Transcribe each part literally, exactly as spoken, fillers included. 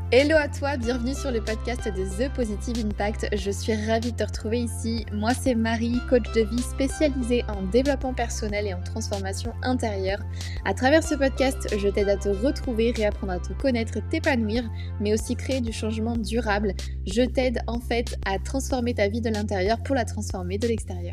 Hello à toi, bienvenue sur le podcast de The Positive Impact. Je suis ravie de te retrouver ici. Moi, c'est Marie, coach de vie spécialisée en développement personnel et en transformation intérieure. À travers ce podcast, je t'aide à te retrouver, réapprendre à te connaître, t'épanouir, mais aussi créer du changement durable. Je t'aide en fait à transformer ta vie de l'intérieur pour la transformer de l'extérieur.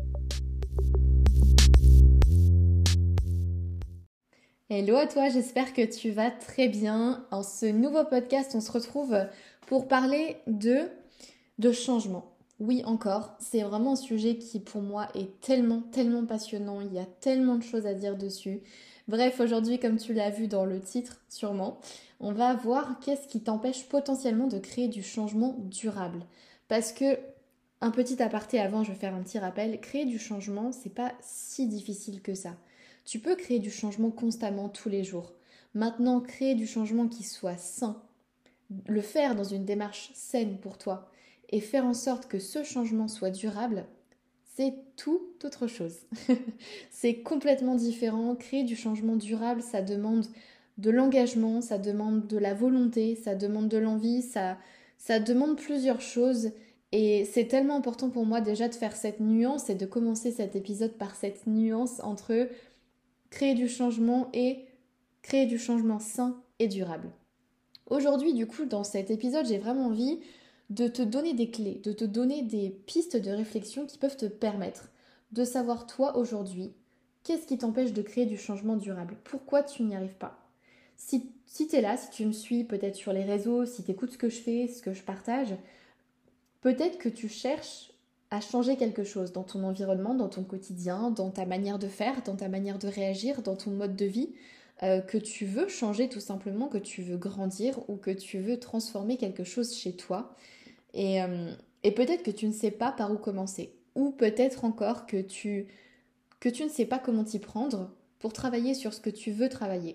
Hello à toi, j'espère que tu vas très bien. En ce nouveau podcast, on se retrouve pour parler de, de changement. Oui, encore, c'est vraiment un sujet qui pour moi est tellement, tellement passionnant. Il y a tellement de choses à dire dessus. Bref, aujourd'hui, comme tu l'as vu dans le titre sûrement, on va voir qu'est-ce qui t'empêche potentiellement de créer du changement durable. Parce que, un petit aparté avant, je vais faire un petit rappel, créer du changement, c'est pas si difficile que ça. Tu peux créer du changement constamment tous les jours. Maintenant, créer du changement qui soit sain, le faire dans une démarche saine pour toi et faire en sorte que ce changement soit durable, c'est tout autre chose. C'est complètement différent. Créer du changement durable, ça demande de l'engagement, ça demande de la volonté, ça demande de l'envie, ça, ça demande plusieurs choses. Et c'est tellement important pour moi déjà de faire cette nuance et de commencer cet épisode par cette nuance entre créer du changement et créer du changement sain et durable. Aujourd'hui, du coup, dans cet épisode, j'ai vraiment envie de te donner des clés, de te donner des pistes de réflexion qui peuvent te permettre de savoir toi aujourd'hui, qu'est-ce qui t'empêche de créer du changement durable? Pourquoi tu n'y arrives pas? Si, si tu es là, si tu me suis peut-être sur les réseaux, si tu écoutes ce que je fais, ce que je partage, peut-être que tu cherches à changer quelque chose dans ton environnement, dans ton quotidien, dans ta manière de faire, dans ta manière de réagir, dans ton mode de vie, euh, que tu veux changer tout simplement, que tu veux grandir ou que tu veux transformer quelque chose chez toi. Et, euh, et peut-être que tu ne sais pas par où commencer. Ou peut-être encore que tu, que tu ne sais pas comment t'y prendre pour travailler sur ce que tu veux travailler.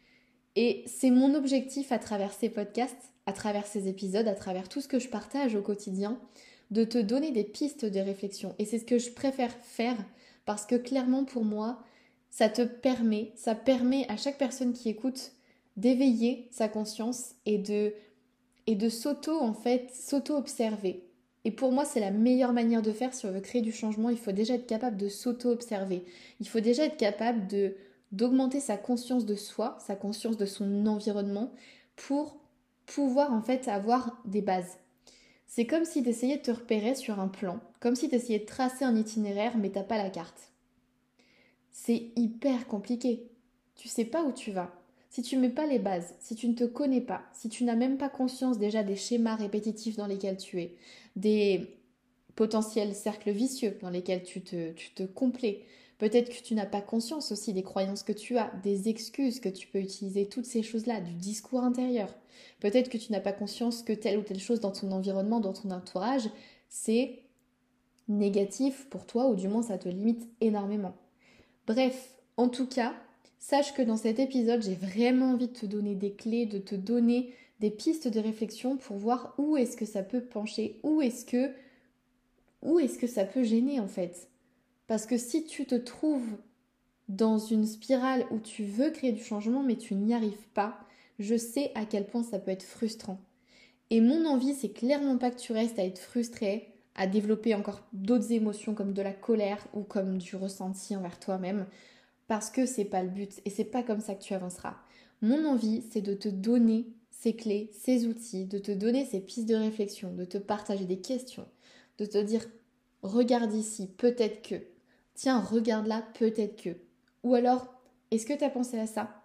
Et c'est mon objectif à travers ces podcasts, à travers ces épisodes, à travers tout ce que je partage au quotidien, de te donner des pistes de réflexion. Et c'est ce que je préfère faire parce que clairement pour moi, ça te permet, ça permet à chaque personne qui écoute d'éveiller sa conscience et de, et de s'auto, en fait, s'auto-observer. Et pour moi, c'est la meilleure manière de faire si on veut créer du changement. Il faut déjà être capable de s'auto-observer. Il faut déjà être capable de d'augmenter sa conscience de soi, sa conscience de son environnement, pour pouvoir en fait avoir des bases. C'est comme si tu essayais de te repérer sur un plan, comme si tu essayais de tracer un itinéraire mais t'as pas la carte. C'est hyper compliqué. Tu sais pas où tu vas. Si tu mets pas les bases, si tu ne te connais pas, si tu n'as même pas conscience déjà des schémas répétitifs dans lesquels tu es, des potentiels cercles vicieux dans lesquels tu te, tu te complais, peut-être que tu n'as pas conscience aussi des croyances que tu as, des excuses que tu peux utiliser, toutes ces choses-là, du discours intérieur. Peut-être que tu n'as pas conscience que telle ou telle chose dans ton environnement, dans ton entourage, c'est négatif pour toi ou du moins ça te limite énormément. Bref, en tout cas, sache que dans cet épisode, j'ai vraiment envie de te donner des clés, de te donner des pistes de réflexion pour voir où est-ce que ça peut pencher, où est-ce que, où est-ce que ça peut gêner en fait. Parce que si tu te trouves dans une spirale où tu veux créer du changement mais tu n'y arrives pas, je sais à quel point ça peut être frustrant. Et mon envie, c'est clairement pas que tu restes à être frustré, à développer encore d'autres émotions comme de la colère ou comme du ressenti envers toi-même, parce que c'est pas le but et c'est pas comme ça que tu avanceras. Mon envie, c'est de te donner ces clés, ces outils, de te donner ces pistes de réflexion, de te partager des questions, de te dire regarde ici, peut-être que. Tiens, regarde là, peut-être que. Ou alors, est-ce que tu as pensé à ça?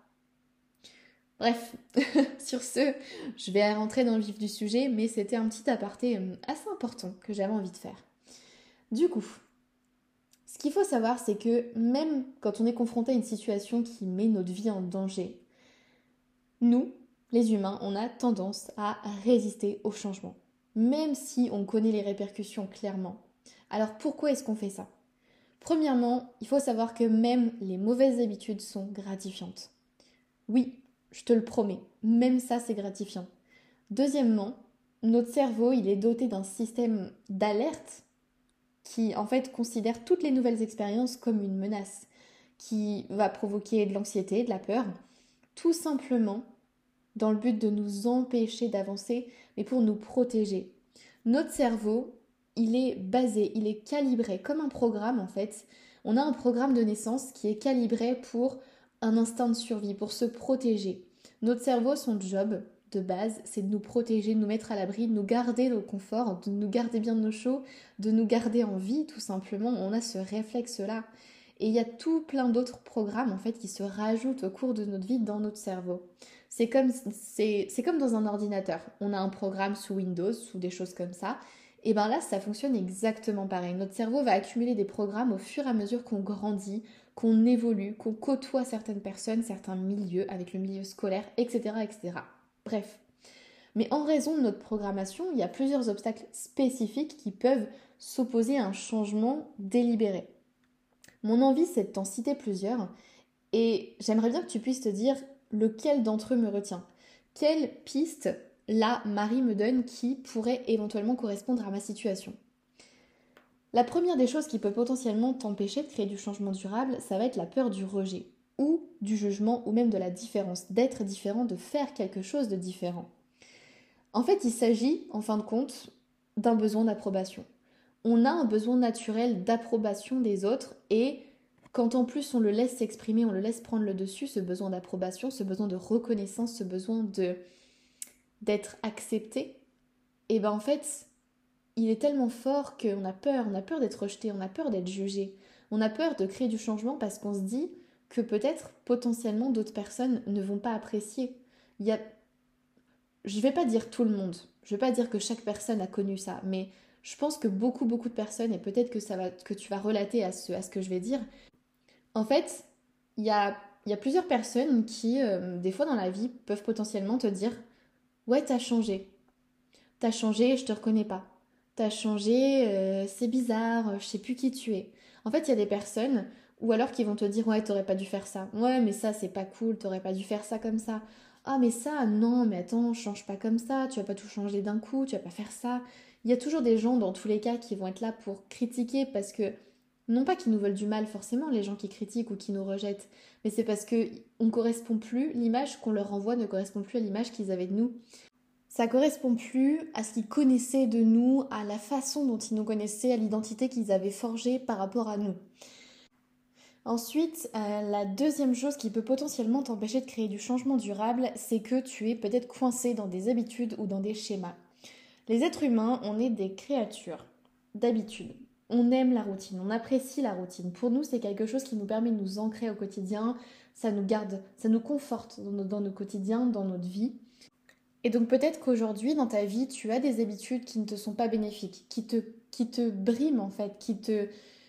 Bref, sur ce, je vais rentrer dans le vif du sujet, mais c'était un petit aparté assez important que j'avais envie de faire. Du coup, ce qu'il faut savoir, c'est que même quand on est confronté à une situation qui met notre vie en danger, nous, les humains, on a tendance à résister au changement, même si on connaît les répercussions clairement. Alors pourquoi est-ce qu'on fait ça? Premièrement, il faut savoir que même les mauvaises habitudes sont gratifiantes. Oui, je te le promets, même ça c'est gratifiant. Deuxièmement, notre cerveau, il est doté d'un système d'alerte qui en fait considère toutes les nouvelles expériences comme une menace, qui va provoquer de l'anxiété, de la peur, tout simplement dans le but de nous empêcher d'avancer, mais pour nous protéger. Notre cerveau, il est basé, il est calibré comme un programme en fait. On a un programme de naissance qui est calibré pour un instinct de survie, pour se protéger. Notre cerveau, son job de base, c'est de nous protéger, de nous mettre à l'abri, de nous garder au confort, de nous garder bien au chaud, de nous garder en vie tout simplement. On a ce réflexe-là. Et il y a tout plein d'autres programmes en fait qui se rajoutent au cours de notre vie dans notre cerveau. C'est comme, c'est, c'est comme dans un ordinateur. On a un programme sous Windows, sous des choses comme ça. Et bien là, ça fonctionne exactement pareil. Notre cerveau va accumuler des programmes au fur et à mesure qu'on grandit, qu'on évolue, qu'on côtoie certaines personnes, certains milieux, avec le milieu scolaire, et cetera, et cetera. Bref. Mais en raison de notre programmation, il y a plusieurs obstacles spécifiques qui peuvent s'opposer à un changement délibéré. Mon envie, c'est de t'en citer plusieurs, et j'aimerais bien que tu puisses te dire lequel d'entre eux me retient. Quelle piste, là, Marie me donne qui pourrait éventuellement correspondre à ma situation. La première des choses qui peut potentiellement t'empêcher de créer du changement durable, ça va être la peur du rejet, ou du jugement, ou même de la différence, d'être différent, de faire quelque chose de différent. En fait, il s'agit, en fin de compte, d'un besoin d'approbation. On a un besoin naturel d'approbation des autres et quand en plus on le laisse s'exprimer, on le laisse prendre le dessus, ce besoin d'approbation, ce besoin de reconnaissance, ce besoin de, d'être accepté, et ben en fait, il est tellement fort qu'on a peur, on a peur d'être rejeté, on a peur d'être jugé, on a peur de créer du changement parce qu'on se dit que peut-être potentiellement d'autres personnes ne vont pas apprécier. Il y a, je ne vais pas dire tout le monde, je ne vais pas dire que chaque personne a connu ça, mais je pense que beaucoup, beaucoup de personnes, et peut-être que, ça va, que tu vas relater à ce, à ce que je vais dire, en fait, il y a, il y a plusieurs personnes qui, euh, des fois dans la vie, peuvent potentiellement te dire « Ouais, t'as changé. T'as changé, je te reconnais pas. T'as changé, euh, c'est bizarre, je sais plus qui tu es. » En fait, il y a des personnes, ou alors qui vont te dire « Ouais, t'aurais pas dû faire ça. Ouais, mais ça, c'est pas cool, t'aurais pas dû faire ça comme ça. Ah, mais ça, non, mais attends, change pas comme ça, tu vas pas tout changer d'un coup, tu vas pas faire ça. » Il y a toujours des gens, dans tous les cas, qui vont être là pour critiquer parce que non pas qu'ils nous veulent du mal forcément, les gens qui critiquent ou qui nous rejettent, mais c'est parce qu'on ne correspond plus, l'image qu'on leur renvoie ne correspond plus à l'image qu'ils avaient de nous. Ça correspond plus à ce qu'ils connaissaient de nous, à la façon dont ils nous connaissaient, à l'identité qu'ils avaient forgée par rapport à nous. Ensuite, euh, la deuxième chose qui peut potentiellement t'empêcher de créer du changement durable, c'est que tu es peut-être coincé dans des habitudes ou dans des schémas. Les êtres humains, on est des créatures d'habitude. On aime la routine, on apprécie la routine. Pour nous, c'est quelque chose qui nous permet de nous ancrer au quotidien, ça nous garde, ça nous conforte dans nos, dans nos quotidiens, dans notre vie. Et donc peut-être qu'aujourd'hui, dans ta vie, tu as des habitudes qui ne te sont pas bénéfiques, qui te, qui te briment en fait, qui te,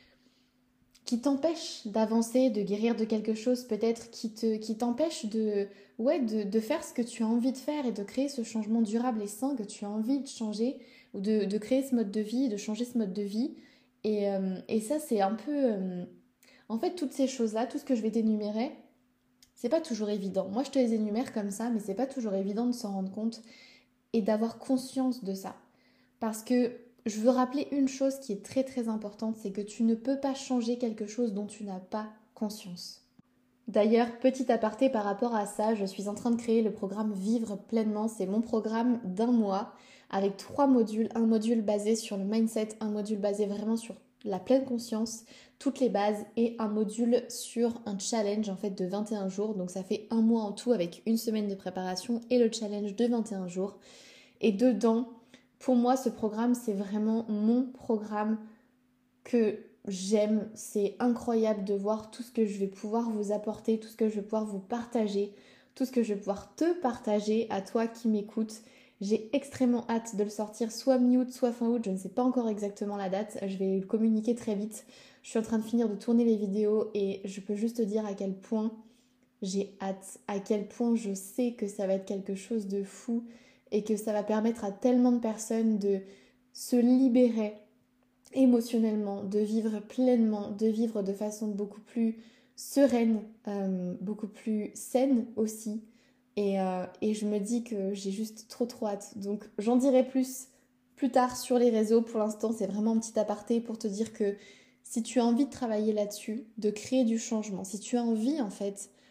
qui t'empêchent d'avancer, de guérir de quelque chose, peut-être qui te, qui t'empêchent de, ouais, de, de faire ce que tu as envie de faire et de créer ce changement durable et sain que tu as envie de changer, ou de, de créer ce mode de vie, de changer ce mode de vie. Et, euh, et ça, c'est un peu... Euh, en fait, toutes ces choses-là, tout ce que je vais t'énumérer, c'est pas toujours évident. Moi, je te les énumère comme ça, mais c'est pas toujours évident de s'en rendre compte et d'avoir conscience de ça. Parce que je veux rappeler une chose qui est très très importante, c'est que tu ne peux pas changer quelque chose dont tu n'as pas conscience. D'ailleurs, petit aparté par rapport à ça, je suis en train de créer le programme Vivre pleinement. C'est mon programme d'un mois avec trois modules. Un module basé sur le mindset, un module basé vraiment sur la pleine conscience, toutes les bases, et un module sur un challenge en fait de vingt et un jours. Donc ça fait un mois en tout avec une semaine de préparation et le challenge de vingt et un jours. Et dedans, pour moi, ce programme, c'est vraiment mon programme que j'aime. C'est incroyable de voir tout ce que je vais pouvoir vous apporter, tout ce que je vais pouvoir vous partager, tout ce que je vais pouvoir te partager à toi qui m'écoutes. J'ai extrêmement hâte de le sortir, soit mi-août, soit fin août, je ne sais pas encore exactement la date, je vais le communiquer très vite. Je suis en train de finir de tourner les vidéos et je peux juste te dire à quel point j'ai hâte, à quel point je sais que ça va être quelque chose de fou et que ça va permettre à tellement de personnes de se libérer émotionnellement, de vivre pleinement, de vivre de façon beaucoup plus sereine, euh, beaucoup plus saine aussi. Et, euh, et je me dis que j'ai juste trop trop hâte. Donc j'en dirai plus plus tard sur les réseaux. Pour l'instant, c'est vraiment un petit aparté pour te dire que si tu as envie de travailler là-dessus, de créer du changement, si tu as envie en fait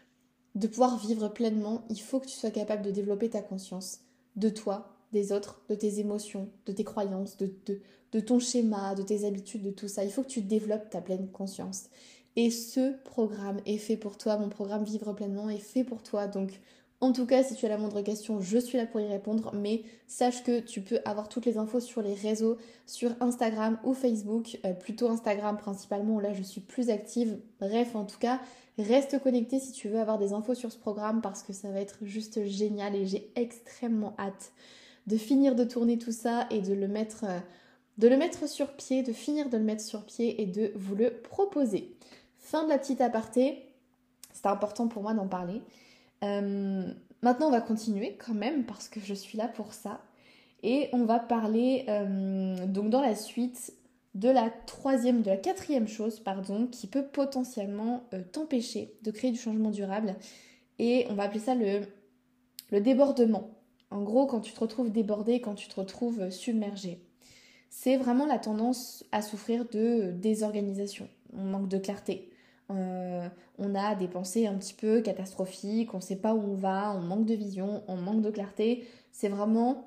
de pouvoir vivre pleinement, il faut que tu sois capable de développer ta conscience de toi, des autres, de tes émotions, de tes croyances, de, de, de ton schéma, de tes habitudes, de tout ça. Il faut que tu développes ta pleine conscience. Et ce programme est fait pour toi, mon programme Vivre pleinement est fait pour toi. Donc, en tout cas, si tu as la moindre question, je suis là pour y répondre. Mais sache que tu peux avoir toutes les infos sur les réseaux, sur Instagram ou Facebook. Euh, plutôt Instagram principalement, là je suis plus active. Bref, en tout cas, reste connecté si tu veux avoir des infos sur ce programme parce que ça va être juste génial et j'ai extrêmement hâte de finir de tourner tout ça et de le mettre, euh, de le mettre sur pied, de finir de le mettre sur pied et de vous le proposer. Fin de la petite aparté, c'était important pour moi d'en parler. Euh, maintenant on va continuer quand même parce que je suis là pour ça. Et on va parler euh, donc dans la suite de la troisième, de la quatrième chose, pardon, qui peut potentiellement euh, t'empêcher de créer du changement durable. Et on va appeler ça le, le débordement. En gros, quand tu te retrouves débordé, quand tu te retrouves submergé. C'est vraiment la tendance à souffrir de désorganisation. On manque de clarté. Euh, on a des pensées un petit peu catastrophiques, on ne sait pas où on va, on manque de vision, on manque de clarté. C'est vraiment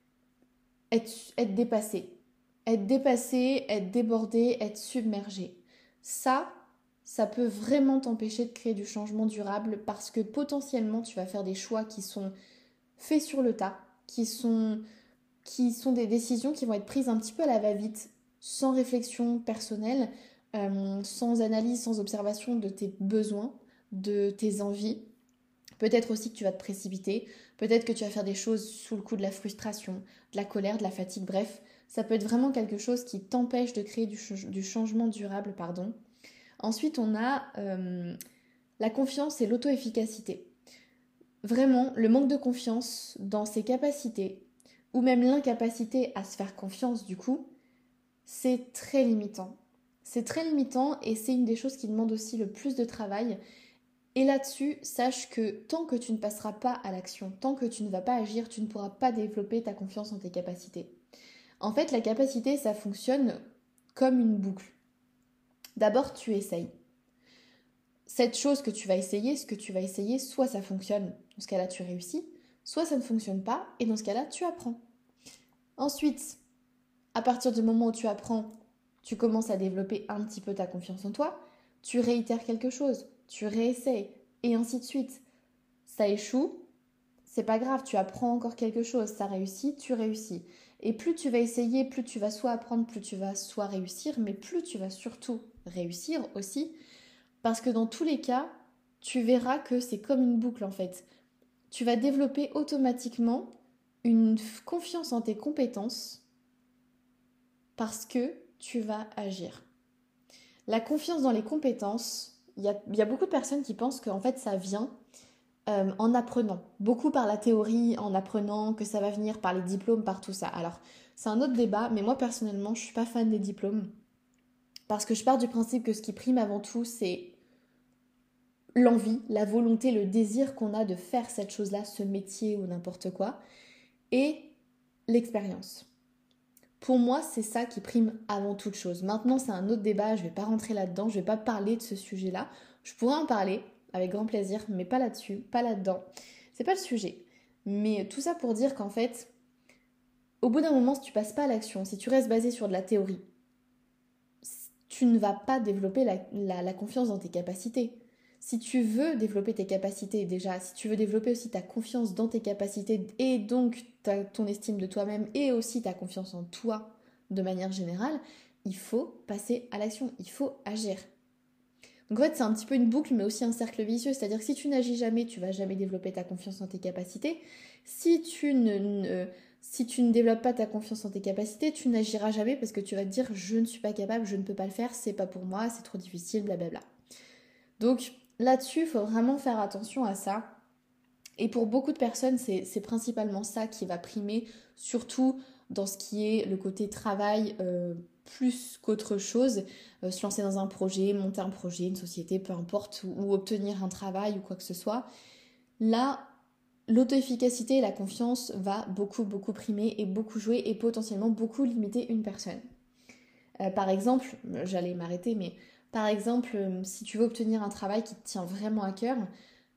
être, être dépassé. Être dépassé, être débordé, être submergé. Ça, ça peut vraiment t'empêcher de créer du changement durable parce que potentiellement tu vas faire des choix qui sont faits sur le tas, qui sont, qui sont des décisions qui vont être prises un petit peu à la va-vite, sans réflexion personnelle, euh, sans analyse, sans observation de tes besoins, de tes envies. Peut-être aussi que tu vas te précipiter, peut-être que tu vas faire des choses sous le coup de la frustration, de la colère, de la fatigue, bref, ça peut être vraiment quelque chose qui t'empêche de créer du, ch- du changement durable, pardon. Ensuite, on a euh, la confiance et l'auto-efficacité. Vraiment, le manque de confiance dans ses capacités, ou même l'incapacité à se faire confiance du coup, c'est très limitant. C'est très limitant et c'est une des choses qui demande aussi le plus de travail. Et là-dessus, sache que tant que tu ne passeras pas à l'action, tant que tu ne vas pas agir, tu ne pourras pas développer ta confiance en tes capacités. En fait, la capacité, ça fonctionne comme une boucle. D'abord, tu essayes. Cette chose que tu vas essayer, ce que tu vas essayer, soit ça fonctionne, dans ce cas-là, tu réussis, soit ça ne fonctionne pas, et dans ce cas-là, tu apprends. Ensuite, à partir du moment où tu apprends, tu commences à développer un petit peu ta confiance en toi, tu réitères quelque chose, tu réessayes, et ainsi de suite. Ça échoue, c'est pas grave, tu apprends encore quelque chose, ça réussit, tu réussis. Et plus tu vas essayer, plus tu vas soit apprendre, plus tu vas soit réussir, mais plus tu vas surtout réussir aussi, parce que dans tous les cas, tu verras que c'est comme une boucle en fait. Tu vas développer automatiquement une confiance en tes compétences parce que tu vas agir. La confiance dans les compétences, il y a, y a beaucoup de personnes qui pensent qu'en fait ça vient euh, en apprenant. Beaucoup par la théorie, en apprenant, que ça va venir par les diplômes, par tout ça. Alors, c'est un autre débat, mais moi personnellement, je suis pas fan des diplômes. Parce que je pars du principe que ce qui prime avant tout, c'est l'envie, la volonté, le désir qu'on a de faire cette chose-là, ce métier ou n'importe quoi, et l'expérience. Pour moi, c'est ça qui prime avant toute chose. Maintenant, c'est un autre débat, je ne vais pas rentrer là-dedans, je ne vais pas parler de ce sujet-là. Je pourrais en parler avec grand plaisir, mais pas là-dessus, pas là-dedans. C'est pas le sujet. Mais tout ça pour dire qu'en fait, au bout d'un moment, si tu passes pas à l'action, si tu restes basé sur de la théorie, tu ne vas pas développer la, la, la confiance dans tes capacités. Si tu veux développer tes capacités déjà, si tu veux développer aussi ta confiance dans tes capacités et donc ta, ton estime de toi-même et aussi ta confiance en toi de manière générale, il faut passer à l'action, il faut agir. Donc en fait c'est un petit peu une boucle mais aussi un cercle vicieux, c'est-à-dire que si tu n'agis jamais, tu vas jamais développer ta confiance en tes capacités. Si tu ne, ne, si tu ne développes pas ta confiance en tes capacités, tu n'agiras jamais parce que tu vas te dire je ne suis pas capable, je ne peux pas le faire, c'est pas pour moi, c'est trop difficile, blablabla. Donc là-dessus, il faut vraiment faire attention à ça. Et pour beaucoup de personnes, c'est, c'est principalement ça qui va primer, surtout dans ce qui est le côté travail euh, plus qu'autre chose. Euh, se lancer dans un projet, monter un projet, une société, peu importe, ou, ou obtenir un travail ou quoi que ce soit. Là, l'auto-efficacité et la confiance va beaucoup, beaucoup primer et beaucoup jouer et potentiellement beaucoup limiter une personne. Euh, par exemple, j'allais m'arrêter, mais par exemple, euh, si tu veux obtenir un travail qui te tient vraiment à cœur,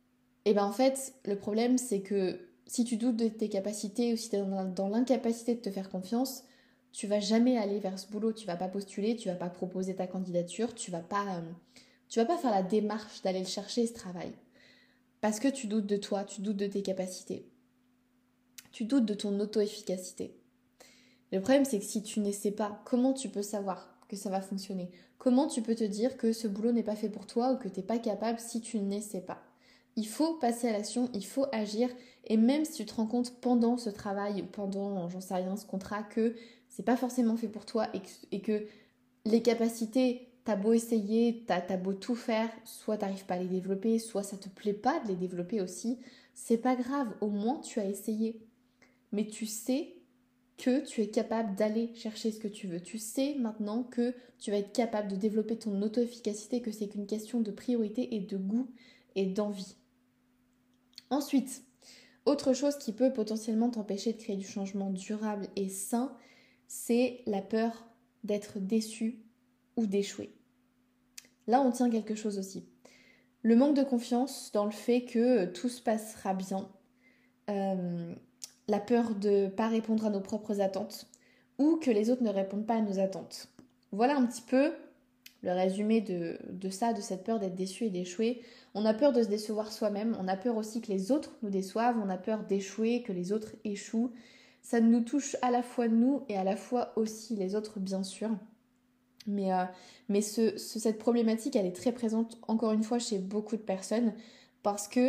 Et ben en fait, le problème, c'est que si tu doutes de tes capacités ou si tu es dans, dans l'incapacité de te faire confiance, tu vas jamais aller vers ce boulot, tu vas pas postuler, tu vas pas proposer ta candidature, tu vas pas, euh, tu vas pas faire la démarche d'aller le chercher ce travail. Parce que tu doutes de toi, tu doutes de tes capacités. Tu doutes de ton auto-efficacité. Le problème, c'est que si tu n'essaies pas, comment tu peux savoir que ça va fonctionner? Comment tu peux te dire que ce boulot n'est pas fait pour toi ou que tu n'es pas capable si tu n'essaies pas? Il faut passer à l'action, il faut agir, et même si tu te rends compte pendant ce travail ou pendant, j'en sais rien, ce contrat, que c'est pas forcément fait pour toi et que, et que les capacités, t'as beau essayer, t'as, t'as beau tout faire, soit t'arrives pas à les développer, soit ça te plaît pas de les développer aussi, c'est pas grave, au moins tu as essayé. Mais tu sais que tu es capable d'aller chercher ce que tu veux. Tu sais maintenant que tu vas être capable de développer ton auto-efficacité, que c'est qu'une question de priorité et de goût et d'envie. Ensuite, autre chose qui peut potentiellement t'empêcher de créer du changement durable et sain, c'est la peur d'être déçu ou d'échouer. Là, on tient quelque chose aussi. Le manque de confiance dans le fait que tout se passera bien, euh, la peur de ne pas répondre à nos propres attentes ou que les autres ne répondent pas à nos attentes. Voilà un petit peu le résumé de, de ça, de cette peur d'être déçu et d'échouer. On a peur de se décevoir soi-même, on a peur aussi que les autres nous déçoivent, on a peur d'échouer, que les autres échouent. Ça nous touche à la fois nous et à la fois aussi les autres, bien sûr. Mais, euh, mais ce, ce, cette problématique, elle est très présente, encore une fois, chez beaucoup de personnes, parce que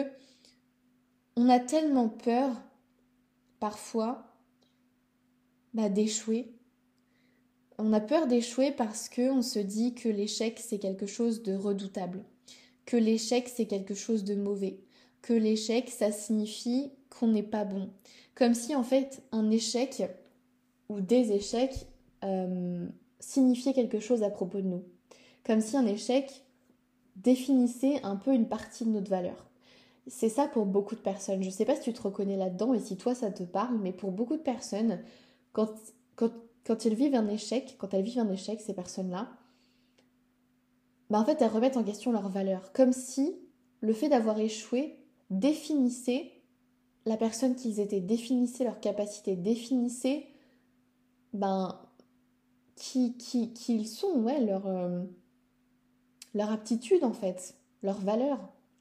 on a tellement peur, parfois, bah, d'échouer. On a peur d'échouer parce qu'on se dit que l'échec, c'est quelque chose de redoutable, que l'échec, c'est quelque chose de mauvais, que l'échec, ça signifie qu'on n'est pas bon. Comme si, en fait, un échec ou des échecs euh, signifiait quelque chose à propos de nous. Comme si un échec définissait un peu une partie de notre valeur. C'est ça pour beaucoup de personnes. Je ne sais pas si tu te reconnais là-dedans et si toi ça te parle, mais pour beaucoup de personnes, quand, quand, quand elles vivent un échec, quand elles vivent un échec, ces personnes-là, bah en fait elles remettent en question leur valeur. Comme si le fait d'avoir échoué définissait la personne qu'ils étaient, définissait leur capacité, définissait ben, qui, qui, qui ils sont, ouais, leur, euh, leur aptitude en fait, leur valeur.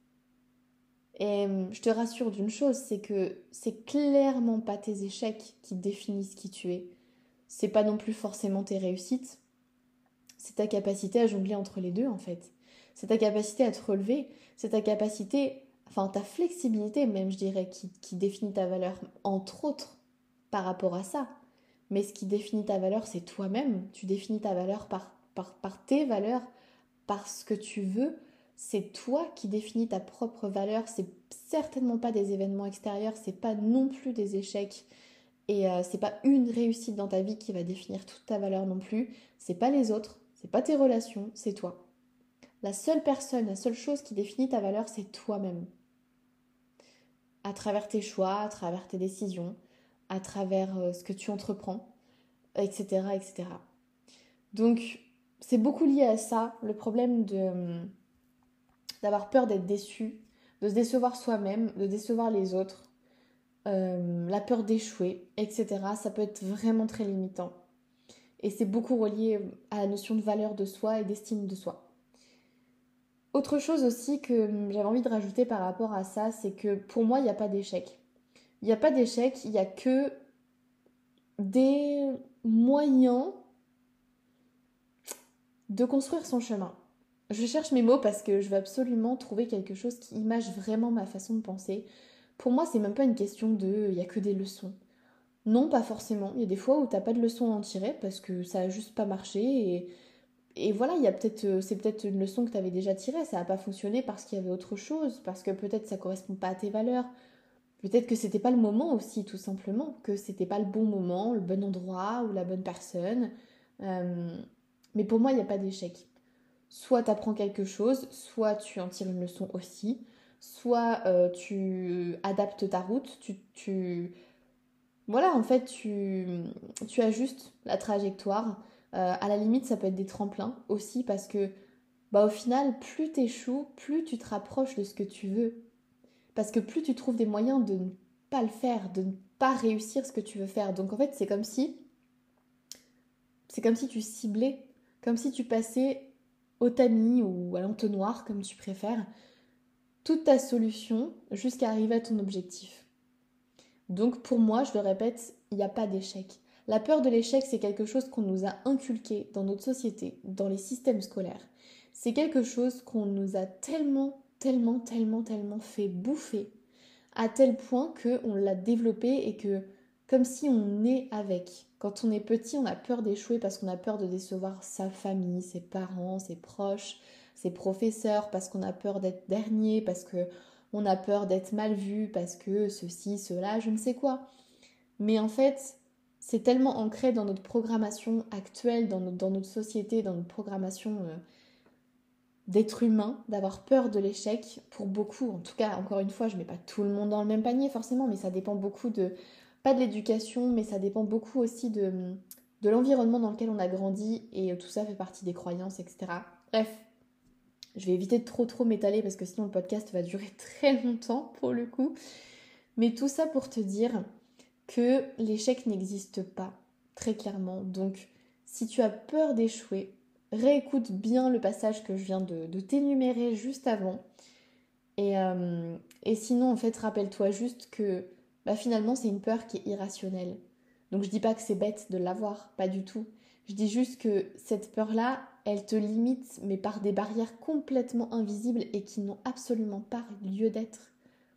Et je te rassure d'une chose, c'est que c'est clairement pas tes échecs qui définissent qui tu es. C'est pas non plus forcément tes réussites. C'est ta capacité à jongler entre les deux en fait. C'est ta capacité à te relever. C'est ta capacité, enfin ta flexibilité même je dirais, qui, qui définit ta valeur, entre autres par rapport à ça. Mais ce qui définit ta valeur, c'est toi-même. Tu définis ta valeur par, par, par tes valeurs, par ce que tu veux. C'est toi qui définis ta propre valeur. C'est certainement pas des événements extérieurs. C'est pas non plus des échecs. Et euh, c'est pas une réussite dans ta vie qui va définir toute ta valeur non plus. C'est pas les autres. C'est pas tes relations. C'est toi. La seule personne, la seule chose qui définit ta valeur, c'est toi-même. À travers tes choix, à travers tes décisions, à travers euh, ce que tu entreprends, et cetera, et cetera. Donc, c'est beaucoup lié à ça, le problème de, d'avoir peur d'être déçu, de se décevoir soi-même, de décevoir les autres, euh, la peur d'échouer, et cetera. Ça peut être vraiment très limitant. Et c'est beaucoup relié à la notion de valeur de soi et d'estime de soi. Autre chose aussi que j'avais envie de rajouter par rapport à ça, c'est que pour moi, il n'y a pas d'échec. Il n'y a pas d'échec, il n'y a que des moyens de construire son chemin. Je cherche mes mots parce que je veux absolument trouver quelque chose qui image vraiment ma façon de penser. Pour moi, c'est même pas une question de il n'y a que des leçons. Non, pas forcément. Il y a des fois où t'as pas de leçon à en tirer parce que ça a juste pas marché et, et voilà, il y a peut-être, c'est peut-être une leçon que tu avais déjà tirée, ça n'a pas fonctionné parce qu'il y avait autre chose, parce que peut-être ça correspond pas à tes valeurs, peut-être que c'était pas le moment aussi, tout simplement, que c'était pas le bon moment, le bon endroit ou la bonne personne. Euh, mais pour moi, il n'y a pas d'échec. Soit tu apprends quelque chose, soit tu en tires une leçon aussi, soit euh, tu adaptes ta route, tu, tu... Voilà, en fait, tu, tu ajustes la trajectoire. Euh, à la limite, ça peut être des tremplins aussi parce que, bah, au final, plus tu échoues, plus tu te rapproches de ce que tu veux. parce que plus tu trouves des moyens de ne pas le faire, de ne pas réussir ce que tu veux faire. Donc en fait, c'est comme si, c'est comme si tu ciblais, comme si tu passais au tamis ou à l'entonnoir, comme tu préfères, toute ta solution jusqu'à arriver à ton objectif. Donc pour moi, je le répète, il n'y a pas d'échec. La peur de l'échec, c'est quelque chose qu'on nous a inculqué dans notre société, dans les systèmes scolaires. C'est quelque chose qu'on nous a tellement, tellement, tellement, tellement fait bouffer, à tel point qu'on l'a développé et que, comme si on est avec. Quand on est petit, on a peur d'échouer parce qu'on a peur de décevoir sa famille, ses parents, ses proches, ses professeurs, parce qu'on a peur d'être dernier, parce qu'on a peur d'être mal vu, parce que ceci, cela, je ne sais quoi. Mais en fait, c'est tellement ancré dans notre programmation actuelle, dans notre, dans notre société, dans notre programmation euh, d'être humain, d'avoir peur de l'échec, pour beaucoup, en tout cas, encore une fois, je ne mets pas tout le monde dans le même panier forcément, mais ça dépend beaucoup de, pas de l'éducation, mais ça dépend beaucoup aussi de, de l'environnement dans lequel on a grandi, et tout ça fait partie des croyances, et cetera. Bref, je vais éviter de trop trop m'étaler parce que sinon le podcast va durer très longtemps pour le coup. Mais tout ça pour te dire que l'échec n'existe pas, très clairement. Donc, si tu as peur d'échouer, réécoute bien le passage que je viens de, de t'énumérer juste avant. Et, euh, et sinon, en fait, rappelle-toi juste que bah, finalement, c'est une peur qui est irrationnelle. Donc, je dis pas que c'est bête de l'avoir, pas du tout. Je dis juste que cette peur-là, elle te limite, mais par des barrières complètement invisibles et qui n'ont absolument pas lieu d'être.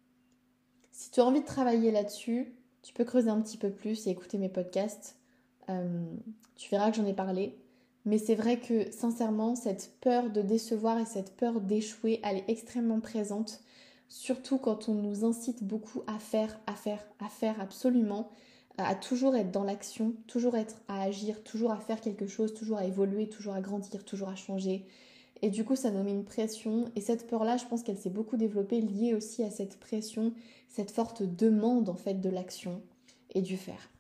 Si tu as envie de travailler là-dessus, tu peux creuser un petit peu plus et écouter mes podcasts. Euh, tu verras que j'en ai parlé. Mais c'est vrai que sincèrement, cette peur de décevoir et cette peur d'échouer, elle est extrêmement présente. Surtout quand on nous incite beaucoup à faire, à faire, à faire absolument, à toujours être dans l'action, toujours être à agir, toujours à faire quelque chose, toujours à évoluer, toujours à grandir, toujours à changer. Et du coup, ça nous met une pression. Et cette peur-là, je pense qu'elle s'est beaucoup développée, liée aussi à cette pression, cette forte demande en fait de l'action et du faire.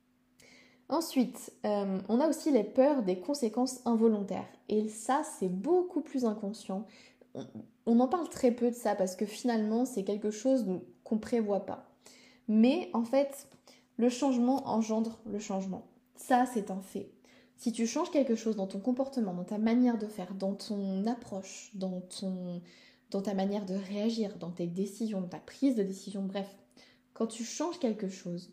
Ensuite, euh, on a aussi les peurs des conséquences involontaires. Et ça, c'est beaucoup plus inconscient. On, on en parle très peu de ça parce que finalement, c'est quelque chose qu'on ne prévoit pas. Mais en fait, le changement engendre le changement. Ça, c'est un fait. Si tu changes quelque chose dans ton comportement, dans ta manière de faire, dans ton approche, dans, ton, dans ta manière de réagir, dans tes décisions, dans ta prise de décision, bref, quand tu changes quelque chose,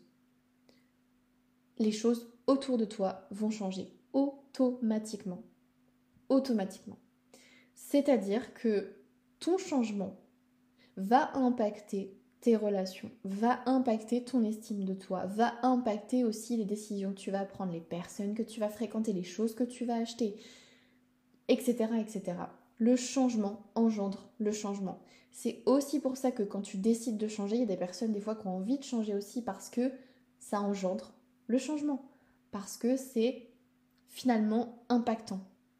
les choses autour de toi vont changer automatiquement. Automatiquement. C'est-à-dire que ton changement va impacter tes relations, va impacter ton estime de toi, va impacter aussi les décisions que tu vas prendre, les personnes que tu vas fréquenter, les choses que tu vas acheter, et cetera, et cetera. Le changement engendre le changement. C'est aussi pour ça que quand tu décides de changer, il y a des personnes des fois qui ont envie de changer aussi parce que ça engendre le changement, parce que c'est finalement impactant.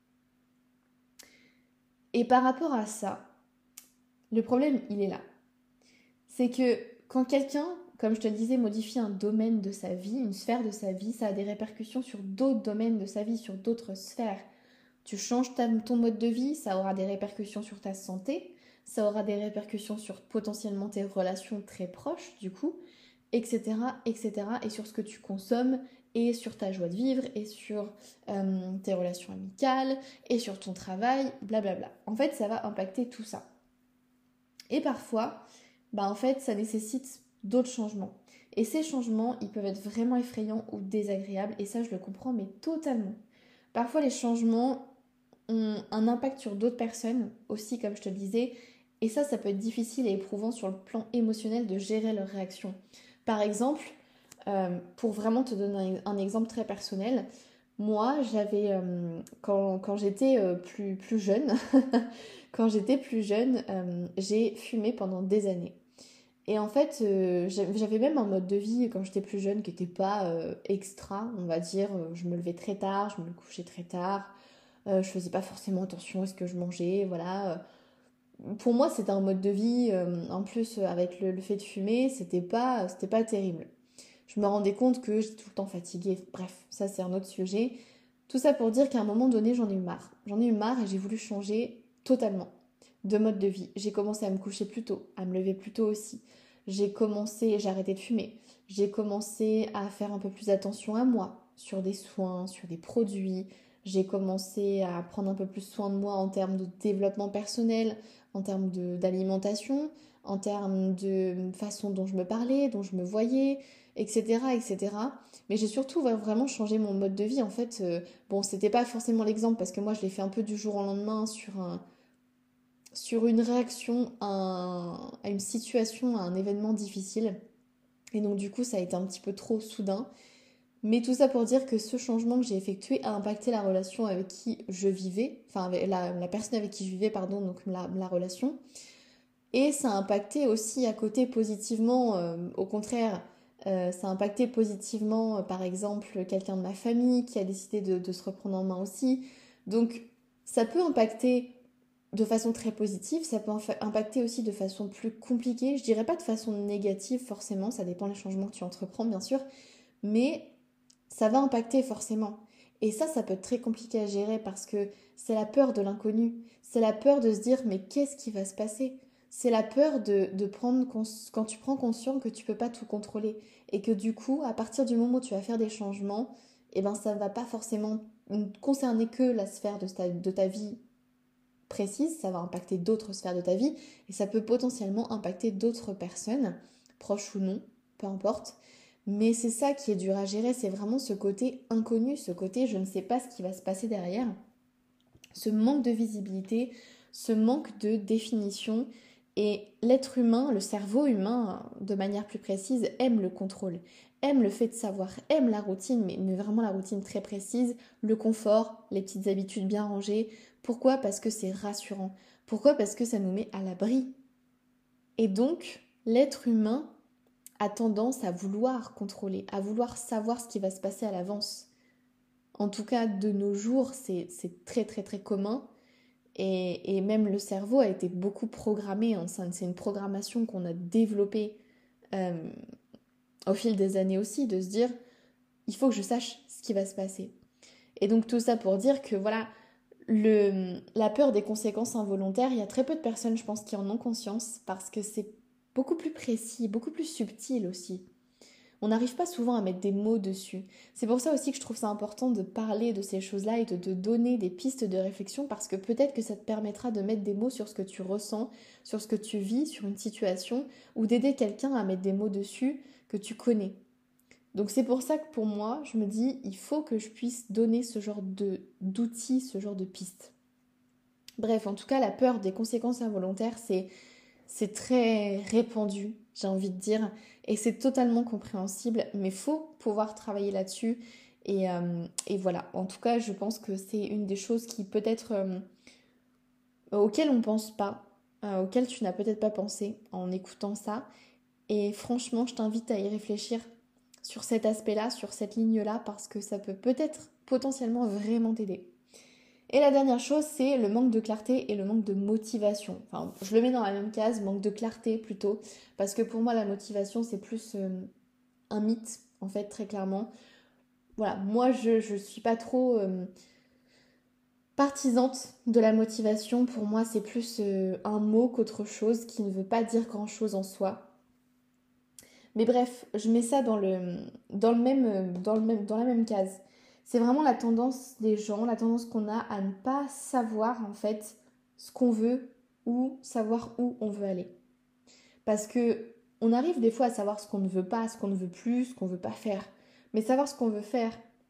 Et par rapport à ça, le problème, il est là. C'est que quand quelqu'un, comme je te le disais, modifie un domaine de sa vie, une sphère de sa vie, ça a des répercussions sur d'autres domaines de sa vie, sur d'autres sphères. Tu changes ta, ton mode de vie, ça aura des répercussions sur ta santé, ça aura des répercussions sur potentiellement tes relations très proches, du coup, et cetera, et cetera, et sur ce que tu consommes, et sur ta joie de vivre, et sur euh, tes relations amicales, et sur ton travail, blablabla. En fait, ça va impacter tout ça. Et parfois, bah en fait, ça nécessite d'autres changements. Et ces changements, ils peuvent être vraiment effrayants ou désagréables, et ça, je le comprends, mais totalement. Parfois, les changements ont un impact sur d'autres personnes aussi, comme je te le disais, et ça, ça peut être difficile et éprouvant sur le plan émotionnel de gérer leurs réactions. Par exemple, euh, pour vraiment te donner un, un exemple très personnel, moi, j'avais, euh, quand, quand j'étais euh, plus, plus jeune, quand j'étais plus jeune, euh, j'ai fumé pendant des années. Et en fait, euh, j'avais même un mode de vie quand j'étais plus jeune qui n'était pas euh, extra, on va dire. Je me levais très tard, je me couchais très tard, euh, je faisais pas forcément attention à ce que je mangeais, voilà. Pour moi, c'était un mode de vie, euh, en plus avec le, le fait de fumer, c'était pas, c'était pas terrible. Je me rendais compte que j'étais tout le temps fatiguée, bref, ça c'est un autre sujet. Tout ça pour dire qu'à un moment donné, j'en ai eu marre. J'en ai eu marre et j'ai voulu changer totalement. de mode de vie. J'ai commencé à me coucher plus tôt, à me lever plus tôt aussi. J'ai commencé, j'ai arrêté de fumer. J'ai commencé à faire un peu plus attention à moi, sur des soins, sur des produits. J'ai commencé à prendre un peu plus soin de moi en termes de développement personnel, en termes de- d'alimentation, en termes de façon dont je me parlais, dont je me voyais, et cetera, et cetera. Mais j'ai surtout vraiment changé mon mode de vie. En fait, euh, bon, c'était pas forcément l'exemple parce que moi, je l'ai fait un peu du jour au lendemain sur un, sur une réaction à, un- à une situation, à un événement difficile. Et donc, du coup, ça a été un petit peu trop soudain. Mais tout ça pour dire que ce changement que j'ai effectué a impacté la relation avec qui je vivais, enfin avec la, la personne avec qui je vivais, pardon, donc la, la relation. Et ça a impacté aussi à côté positivement, euh, au contraire, euh, ça a impacté positivement, euh, par exemple, quelqu'un de ma famille qui a décidé de, de se reprendre en main aussi. Donc ça peut impacter de façon très positive, ça peut impacter aussi de façon plus compliquée. Je dirais pas de façon négative forcément, ça dépend des changements que tu entreprends bien sûr, mais ça va impacter forcément. Et ça, ça peut être très compliqué à gérer parce que c'est la peur de l'inconnu. C'est la peur de se dire mais qu'est-ce qui va se passer? C'est la peur de, de prendre cons- quand tu prends conscience que tu peux pas tout contrôler et que du coup, à partir du moment où tu vas faire des changements, eh ben ça va pas forcément concerner que la sphère de ta, de ta vie précise, ça va impacter d'autres sphères de ta vie et ça peut potentiellement impacter d'autres personnes, proches ou non, peu importe. Mais c'est ça qui est dur à gérer, c'est vraiment ce côté inconnu, ce côté je ne sais pas ce qui va se passer derrière, ce manque de visibilité, ce manque de définition. Et l'être humain, le cerveau humain, de manière plus précise, aime le contrôle, aime le fait de savoir, aime la routine, mais, mais vraiment la routine très précise, le confort, les petites habitudes bien rangées. Pourquoi? Parce que c'est rassurant. Pourquoi? Parce que ça nous met à l'abri. Et donc, l'être humain a tendance à vouloir contrôler, à vouloir savoir ce qui va se passer à l'avance. En tout cas, de nos jours, c'est très très très commun. Et, et, même le cerveau a été beaucoup programmé. Hein. C'est une programmation qu'on a développée euh, au fil des années aussi, de se dire, il faut que je sache ce qui va se passer. Et donc tout ça pour dire que voilà, le, la peur des conséquences involontaires, il y a très peu de personnes, je pense, qui en ont conscience, parce que c'est beaucoup plus précis, beaucoup plus subtil aussi. On n'arrive pas souvent à mettre des mots dessus. C'est pour ça aussi que je trouve ça important de parler de ces choses-là et de te donner des pistes de réflexion parce que peut-être que ça te permettra de mettre des mots sur ce que tu ressens, sur ce que tu vis, sur une situation ou d'aider quelqu'un à mettre des mots dessus que tu connais. Donc c'est pour ça que pour moi, je me dis, il faut que je puisse donner ce genre de, d'outils, ce genre de pistes. Bref, en tout cas, la peur des conséquences involontaires, c'est c'est très répandu, j'ai envie de dire, et c'est totalement compréhensible, mais il faut pouvoir travailler là-dessus. Et, euh, et voilà, en tout cas, je pense que c'est une des choses qui peut-être euh, auxquelles on ne pense pas, euh, auxquelles tu n'as peut-être pas pensé en écoutant ça. Et franchement, je t'invite à y réfléchir sur cet aspect-là, sur cette ligne-là, parce que ça peut peut-être potentiellement vraiment t'aider. Et la dernière chose, c'est le manque de clarté et le manque de motivation. Enfin, je le mets dans la même case, manque de clarté plutôt, parce que pour moi, la motivation, c'est plus euh, un mythe, en fait, très clairement. Voilà, moi, je ne suis pas trop euh, partisante de la motivation. Pour moi, c'est plus euh, un mot qu'autre chose qui ne veut pas dire grand-chose en soi. Mais bref, je mets ça dans, le, dans, le même, dans, le même, dans la même case. C'est vraiment la tendance des gens, la tendance qu'on a à ne pas savoir en fait ce qu'on veut ou savoir où on veut aller. Parce que on arrive des fois à savoir ce qu'on ne veut pas, ce qu'on ne veut plus, ce qu'on ne veut pas faire. Mais savoir ce qu'on veut faire,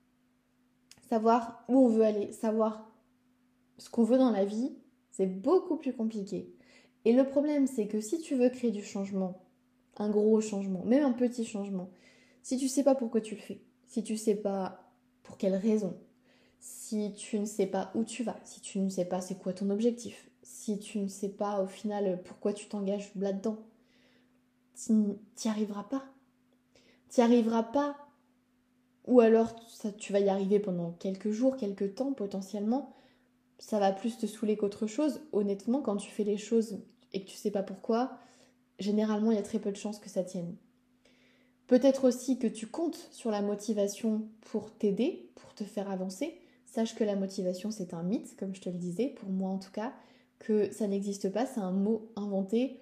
savoir où on veut aller, savoir ce qu'on veut dans la vie, c'est beaucoup plus compliqué. Et le problème, c'est que si tu veux créer du changement, un gros changement, même un petit changement, si tu sais pas pourquoi tu le fais, si tu sais pas pour quelle raison, si tu ne sais pas où tu vas, si tu ne sais pas c'est quoi ton objectif, si tu ne sais pas au final pourquoi tu t'engages là-dedans, tu n'y arriveras pas. Tu n'y arriveras pas, ou alors ça, tu vas y arriver pendant quelques jours, quelques temps potentiellement. Ça va plus te saouler qu'autre chose. Honnêtement, quand tu fais les choses et que tu sais pas pourquoi, généralement il y a très peu de chances que ça tienne. Peut-être aussi que tu comptes sur la motivation pour t'aider, pour te faire avancer. Sache que la motivation c'est un mythe, comme je te le disais, pour moi en tout cas. que ça n'existe pas, c'est un mot inventé.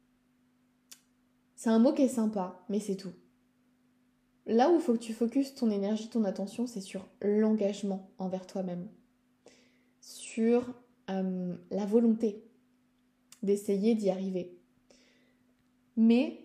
C'est un mot qui est sympa, mais c'est tout. Là où il faut que tu focuses ton énergie, ton attention, c'est sur l'engagement envers toi-même. Sur euh, la volonté d'essayer d'y arriver. Mais,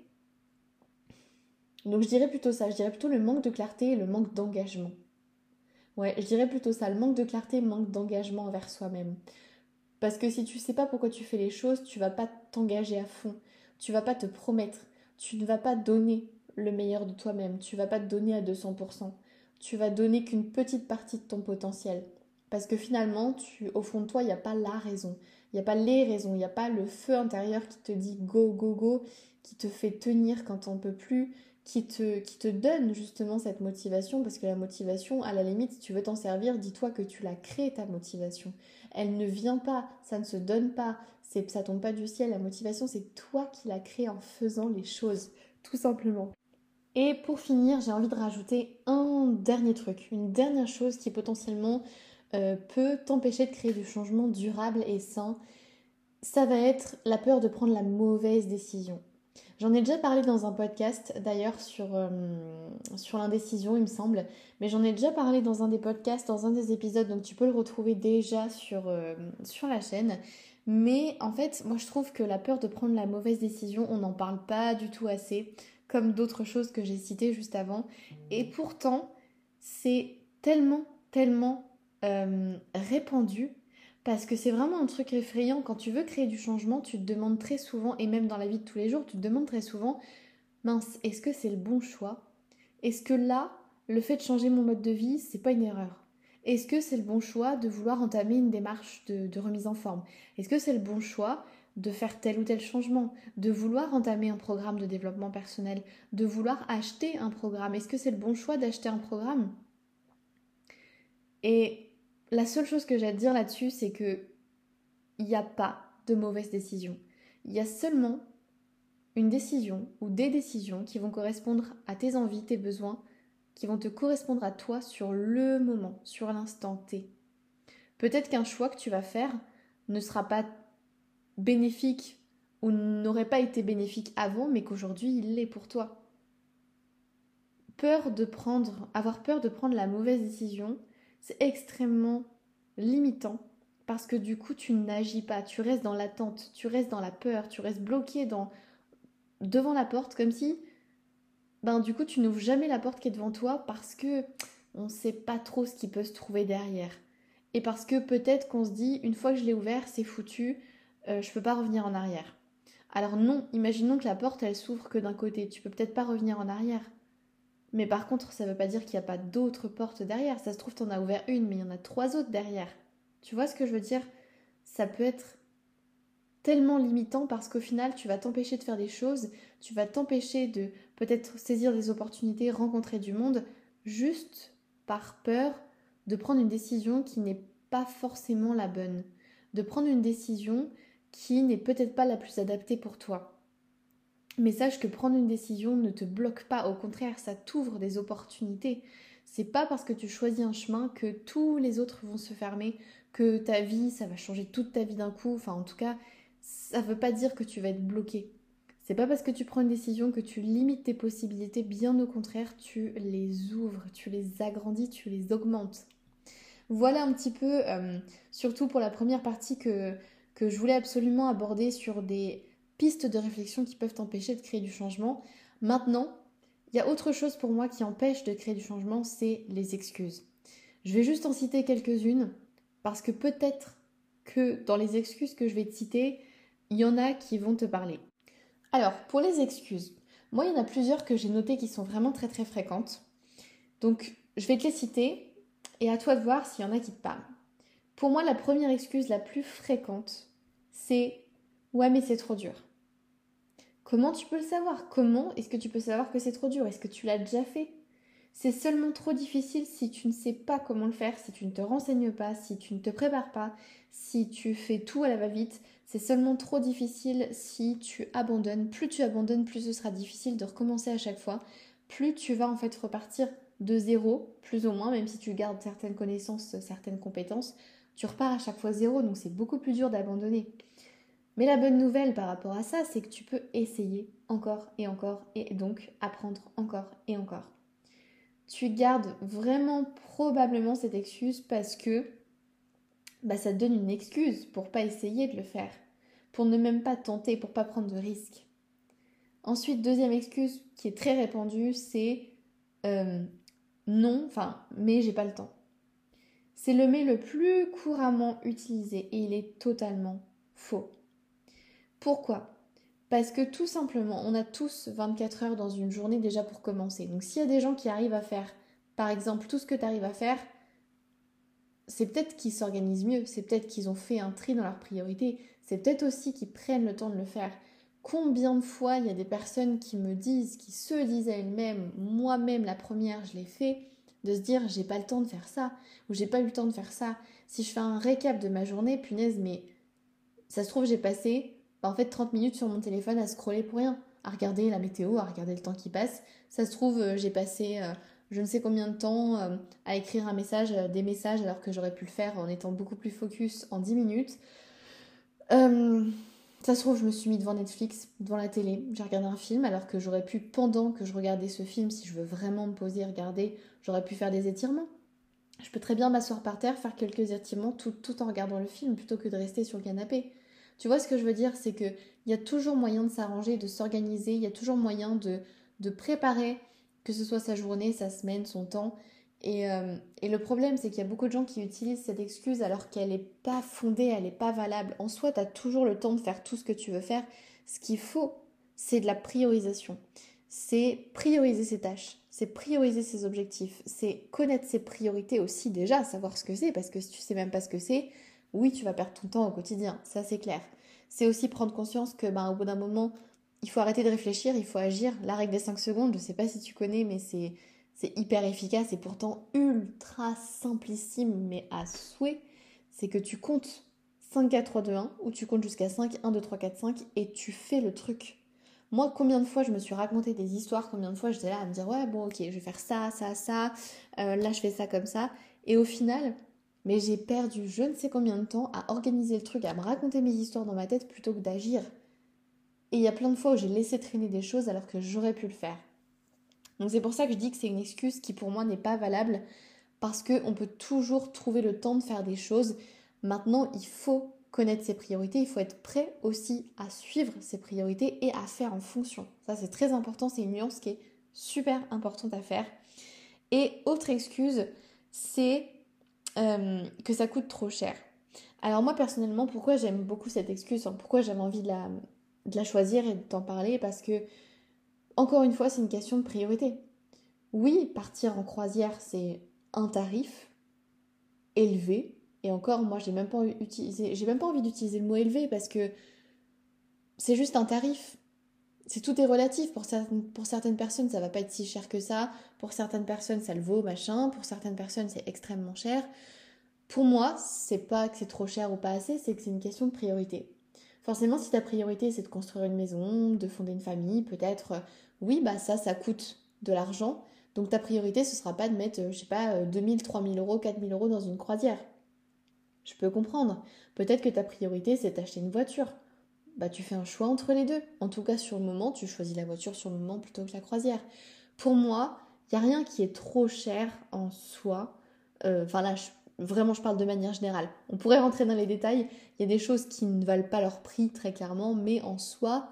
donc je dirais plutôt ça, je dirais plutôt le manque de clarté et le manque d'engagement. Ouais, je dirais plutôt ça, le manque de clarté, le manque d'engagement envers soi-même. Parce que si tu sais pas pourquoi tu fais les choses, tu vas pas t'engager à fond. Tu vas pas te promettre. Tu ne vas pas donner le meilleur de toi-même. Tu vas pas te donner à deux cents pour cent. Tu vas donner qu'une petite partie de ton potentiel. Parce que finalement, tu, au fond de toi, il n'y a pas la raison. Il n'y a pas les raisons. Il n'y a pas le feu intérieur qui te dit go, go, go, qui te fait tenir quand on peut plus, qui te, qui te donne justement cette motivation. Parce que la motivation, à la limite, si tu veux t'en servir, dis-toi que tu l'as créée, ta motivation. Elle ne vient pas, ça ne se donne pas, c'est, ça tombe pas du ciel. La motivation, c'est toi qui l'as créée en faisant les choses, tout simplement. Et pour finir, j'ai envie de rajouter un dernier truc, une dernière chose qui potentiellement euh, peut t'empêcher de créer du changement durable et sain. Ça va être la peur de prendre la mauvaise décision. J'en ai déjà parlé dans un podcast d'ailleurs sur, euh, sur l'indécision il me semble, mais j'en ai déjà parlé dans un des podcasts, dans un des épisodes, donc tu peux le retrouver déjà sur, euh, sur la chaîne. Mais en fait, moi je trouve que la peur de prendre la mauvaise décision, on n'en parle pas du tout assez, comme d'autres choses que j'ai citées juste avant. Et pourtant, c'est tellement, tellement euh, répandu parce que c'est vraiment un truc effrayant. Quand tu veux créer du changement, tu te demandes très souvent, et même dans la vie de tous les jours, tu te demandes très souvent, mince, est-ce que c'est le bon choix? Est-ce que là, le fait de changer mon mode de vie, c'est pas une erreur? Est-ce que c'est le bon choix de vouloir entamer une démarche de, de remise en forme? Est-ce que c'est le bon choix de faire tel ou tel changement? De vouloir entamer un programme de développement personnel? De vouloir acheter un programme? Est-ce que c'est le bon choix d'acheter un programme? Et la seule chose que j'ai à te dire là-dessus, c'est que il n'y a pas de mauvaise décision. Il y a seulement une décision ou des décisions qui vont correspondre à tes envies, tes besoins, qui vont te correspondre à toi sur le moment, sur l'instant T. Peut-être qu'un choix que tu vas faire ne sera pas bénéfique ou n'aurait pas été bénéfique avant, mais qu'aujourd'hui il l'est pour toi. Peur de prendre, avoir peur de prendre la mauvaise décision, c'est extrêmement limitant parce que du coup tu n'agis pas, tu restes dans l'attente, tu restes dans la peur, tu restes bloqué dans, devant la porte comme si ben du coup tu n'ouvres jamais la porte qui est devant toi parce que on ne sait pas trop ce qui peut se trouver derrière. Et parce que peut-être qu'on se dit une fois que je l'ai ouvert c'est foutu, euh, je peux pas revenir en arrière. Alors non, imaginons que la porte elle s'ouvre que d'un côté, tu peux peut-être pas revenir en arrière. Mais par contre, ça veut pas dire qu'il n'y a pas d'autres portes derrière. Ça se trouve, t'en as ouvert une, mais il y en a trois autres derrière. Tu vois ce que je veux dire? Ça peut être tellement limitant parce qu'au final, tu vas t'empêcher de faire des choses, tu vas t'empêcher de peut-être saisir des opportunités, rencontrer du monde, juste par peur de prendre une décision qui n'est pas forcément la bonne. De prendre une décision qui n'est peut-être pas la plus adaptée pour toi. Mais sache que prendre une décision ne te bloque pas, au contraire, ça t'ouvre des opportunités. C'est pas parce que tu choisis un chemin que tous les autres vont se fermer, que ta vie, ça va changer toute ta vie d'un coup. Enfin, en tout cas, ça veut pas dire que tu vas être bloqué. C'est pas parce que tu prends une décision que tu limites tes possibilités, bien au contraire, tu les ouvres, tu les agrandis, tu les augmentes. Voilà un petit peu, euh, surtout pour la première partie que, que je voulais absolument aborder sur des pistes de réflexion qui peuvent t'empêcher de créer du changement. Maintenant, il y a autre chose pour moi qui empêche de créer du changement, c'est les excuses. Je vais juste en citer quelques-unes, parce que peut-être que dans les excuses que je vais te citer, il y en a qui vont te parler. Alors, pour les excuses, moi il y en a plusieurs que j'ai notées qui sont vraiment très très fréquentes. Donc, je vais te les citer et à toi de voir s'il y en a qui te parlent. Pour moi, la première excuse la plus fréquente, c'est « Ouais, mais c'est trop dur ». Comment tu peux le savoir? Comment est-ce que tu peux savoir que c'est trop dur? Est-ce que tu l'as déjà fait? C'est seulement trop difficile si tu ne sais pas comment le faire, si tu ne te renseignes pas, si tu ne te prépares pas, si tu fais tout à la va-vite. C'est seulement trop difficile si tu abandonnes. Plus tu abandonnes, plus ce sera difficile de recommencer à chaque fois. Plus tu vas en fait repartir de zéro, plus ou moins, même si tu gardes certaines connaissances, certaines compétences. Tu repars à chaque fois zéro, donc c'est beaucoup plus dur d'abandonner. Mais la bonne nouvelle par rapport à ça, c'est que tu peux essayer encore et encore et donc apprendre encore et encore. Tu gardes vraiment probablement cette excuse parce que bah, ça te donne une excuse pour pas essayer de le faire, pour ne même pas tenter, pour pas prendre de risques. Ensuite, deuxième excuse qui est très répandue, c'est euh, non, enfin, mais j'ai pas le temps. C'est le mais le plus couramment utilisé et il est totalement faux. Pourquoi ? Parce que tout simplement, on a tous vingt-quatre heures dans une journée déjà pour commencer. Donc s'il y a des gens qui arrivent à faire, par exemple, tout ce que tu arrives à faire, c'est peut-être qu'ils s'organisent mieux, c'est peut-être qu'ils ont fait un tri dans leurs priorités, c'est peut-être aussi qu'ils prennent le temps de le faire. Combien de fois il y a des personnes qui me disent, qui se disent à elles-mêmes, moi-même la première, je l'ai fait, de se dire j'ai pas le temps de faire ça, ou j'ai pas eu le temps de faire ça. Si je fais un récap de ma journée, punaise, mais ça se trouve j'ai passé bah, en fait trente minutes sur mon téléphone à scroller pour rien, à regarder la météo, à regarder le temps qui passe. Ça se trouve euh, j'ai passé euh, je ne sais combien de temps euh, à écrire un message, euh, des messages alors que j'aurais pu le faire en étant beaucoup plus focus en dix minutes. Euh, ça se trouve je me suis mis devant Netflix, devant la télé, j'ai regardé un film alors que j'aurais pu, pendant que je regardais ce film, si je veux vraiment me poser et regarder, j'aurais pu faire des étirements. Je peux très bien m'asseoir par terre, faire quelques étirements tout, tout en regardant le film plutôt que de rester sur le canapé. Tu vois ce que je veux dire, c'est qu'il y a toujours moyen de s'arranger, de s'organiser, il y a toujours moyen de, de préparer, que ce soit sa journée, sa semaine, son temps. Et, euh, et le problème, c'est qu'il y a beaucoup de gens qui utilisent cette excuse alors qu'elle n'est pas fondée, elle n'est pas valable. En soi, tu as toujours le temps de faire tout ce que tu veux faire. Ce qu'il faut, c'est de la priorisation. C'est prioriser ses tâches, c'est prioriser ses objectifs, c'est connaître ses priorités aussi déjà, savoir ce que c'est, parce que si tu sais même pas ce que c'est, oui, tu vas perdre ton temps au quotidien, ça c'est clair. C'est aussi prendre conscience que ben, au bout d'un moment, il faut arrêter de réfléchir, il faut agir. La règle des cinq secondes, je sais pas si tu connais, mais c'est, c'est hyper efficace et pourtant ultra simplissime, mais à souhait. C'est que tu comptes cinq, quatre, trois, deux, un, ou tu comptes jusqu'à cinq, un, deux, trois, quatre, cinq, et tu fais le truc. Moi, combien de fois je me suis raconté des histoires, combien de fois j'étais là à me dire ouais, bon, ok, je vais faire ça, ça, ça, euh, là je fais ça comme ça. Et au final, mais j'ai perdu je ne sais combien de temps à organiser le truc, à me raconter mes histoires dans ma tête plutôt que d'agir. Et il y a plein de fois où j'ai laissé traîner des choses alors que j'aurais pu le faire. Donc c'est pour ça que je dis que c'est une excuse qui pour moi n'est pas valable parce qu'on peut toujours trouver le temps de faire des choses. Maintenant, il faut connaître ses priorités, il faut être prêt aussi à suivre ses priorités et à faire en fonction. Ça, c'est très important, c'est une nuance qui est super importante à faire. Et autre excuse, c'est euh, que ça coûte trop cher. Alors moi, personnellement, pourquoi j'aime beaucoup cette excuse, hein, pourquoi j'avais envie de la, de la choisir et de t'en parler, parce que, encore une fois, c'est une question de priorité. Oui, partir en croisière, c'est un tarif élevé. Et encore, moi, j'ai même pas utilisé, j'ai même pas envie d'utiliser le mot élevé parce que c'est juste un tarif. C'est tout est relatif. Pour certaines, pour certaines personnes, ça va pas être si cher que ça. Pour certaines personnes, ça le vaut, machin. Pour certaines personnes, c'est extrêmement cher. Pour moi, c'est pas que c'est trop cher ou pas assez, c'est que c'est une question de priorité. Forcément, si ta priorité, c'est de construire une maison, de fonder une famille, peut-être, euh, oui, bah ça, ça coûte de l'argent. Donc ta priorité, ce sera pas de mettre, euh, je sais pas, euh, deux mille, trois mille euros, quatre mille euros dans une croisière. Je peux comprendre. Peut-être que ta priorité, c'est d'acheter une voiture. Bah, tu fais un choix entre les deux. En tout cas, sur le moment, tu choisis la voiture sur le moment plutôt que la croisière. Pour moi, il n'y a rien qui est trop cher en soi. Euh, Enfin là, je- vraiment, je parle de manière générale. On pourrait rentrer dans les détails. Il y a des choses qui ne valent pas leur prix, très clairement. Mais en soi,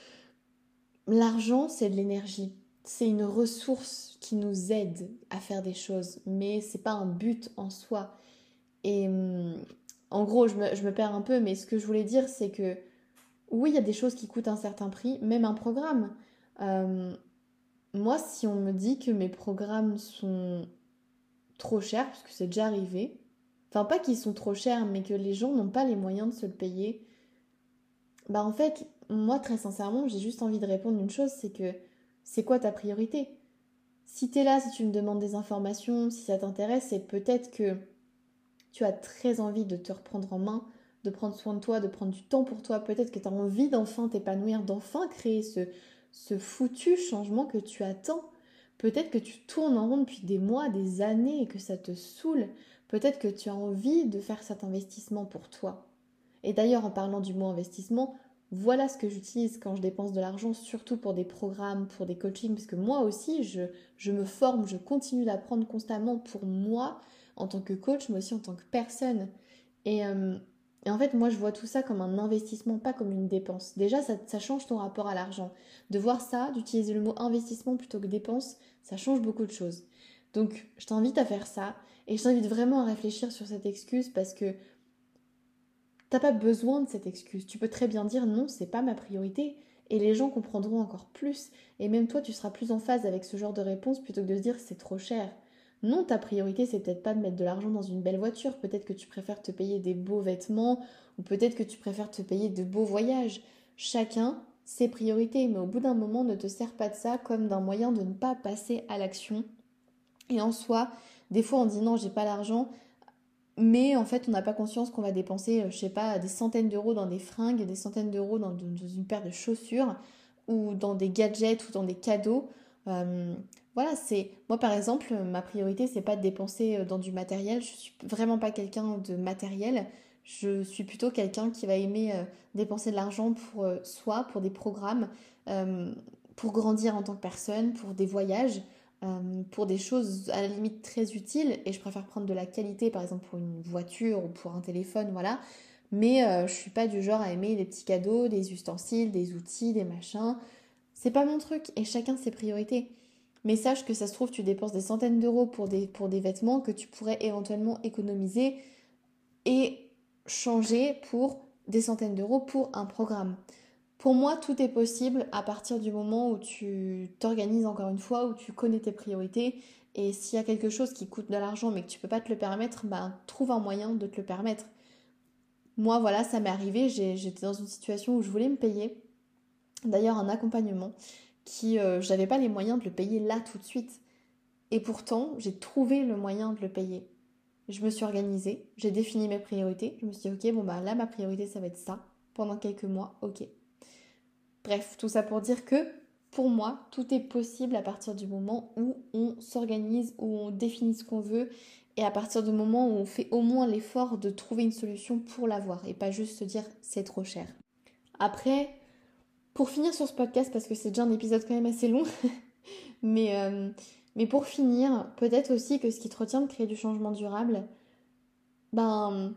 l'argent, c'est de l'énergie. C'est une ressource qui nous aide à faire des choses. Mais c'est pas un but en soi. Et hum, en gros, je me, je me perds un peu, mais ce que je voulais dire, c'est que oui, il y a des choses qui coûtent un certain prix, même un programme. Euh, Moi, si on me dit que mes programmes sont trop chers, parce que c'est déjà arrivé, enfin pas qu'ils sont trop chers, mais que les gens n'ont pas les moyens de se le payer, bah en fait, moi très sincèrement, j'ai juste envie de répondre une chose, c'est que c'est quoi ta priorité? Si t'es là, si tu me demandes des informations, si ça t'intéresse, c'est peut-être que tu as très envie de te reprendre en main, de prendre soin de toi, de prendre du temps pour toi. Peut-être que tu as envie d'enfin t'épanouir, d'enfin créer ce, ce foutu changement que tu attends. Peut-être que tu tournes en rond depuis des mois, des années et que ça te saoule. Peut-être que tu as envie de faire cet investissement pour toi. Et d'ailleurs, en parlant du mot investissement, voilà ce que j'utilise quand je dépense de l'argent, surtout pour des programmes, pour des coachings, parce que moi aussi, je, je me forme, je continue d'apprendre constamment pour moi, en tant que coach, mais aussi en tant que personne. Et, euh, et en fait, moi, je vois tout ça comme un investissement, pas comme une dépense. Déjà, ça, ça change ton rapport à l'argent. De voir ça, d'utiliser le mot investissement plutôt que dépense, ça change beaucoup de choses. Donc, je t'invite à faire ça, et je t'invite vraiment à réfléchir sur cette excuse, parce que t'as pas besoin de cette excuse. Tu peux très bien dire non, c'est pas ma priorité. Et les gens comprendront encore plus. Et même toi, tu seras plus en phase avec ce genre de réponse plutôt que de se dire c'est trop cher. Non, ta priorité, c'est peut-être pas de mettre de l'argent dans une belle voiture. Peut-être que tu préfères te payer des beaux vêtements ou peut-être que tu préfères te payer de beaux voyages. Chacun ses priorités. Mais au bout d'un moment, ne te sers pas de ça comme d'un moyen de ne pas passer à l'action. Et en soi, des fois, on dit non, j'ai pas l'argent. Mais en fait, on n'a pas conscience qu'on va dépenser, euh, je sais pas, des centaines d'euros dans des fringues, des centaines d'euros dans, dans une paire de chaussures, ou dans des gadgets, ou dans des cadeaux. Euh, voilà, c'est moi par exemple, ma priorité c'est pas de dépenser euh, dans du matériel. Je suis vraiment pas quelqu'un de matériel. Je suis plutôt quelqu'un qui va aimer euh, dépenser de l'argent pour euh, soi, pour des programmes, euh, pour grandir en tant que personne, pour des voyages euh, pour des choses à la limite très utiles et je préfère prendre de la qualité par exemple pour une voiture ou pour un téléphone voilà mais euh, je suis pas du genre à aimer des petits cadeaux, des ustensiles, des outils, des machins, c'est pas mon truc et chacun ses priorités. Mais sache que ça se trouve tu dépenses des centaines d'euros pour des, pour des vêtements que tu pourrais éventuellement économiser et changer pour des centaines d'euros pour un programme. Pour moi, tout est possible à partir du moment où tu t'organises encore une fois, où tu connais tes priorités. Et s'il y a quelque chose qui coûte de l'argent mais que tu peux pas te le permettre, ben trouve un moyen de te le permettre. Moi, voilà, ça m'est arrivé. j'ai- J'étais dans une situation où je voulais me payer, d'ailleurs un accompagnement, qui euh, j'avais pas les moyens de le payer là tout de suite. Et pourtant, j'ai trouvé le moyen de le payer. Je me suis organisée, j'ai défini mes priorités. Je me suis dit, ok, bon bah là ma priorité ça va être ça pendant quelques mois, ok. Bref, tout ça pour dire que pour moi, tout est possible à partir du moment où on s'organise, où on définit ce qu'on veut et à partir du moment où on fait au moins l'effort de trouver une solution pour l'avoir et pas juste se dire c'est trop cher. Après, pour finir sur ce podcast, parce que c'est déjà un épisode quand même assez long, mais, euh, mais pour finir, peut-être aussi que ce qui te retient de créer du changement durable, ben,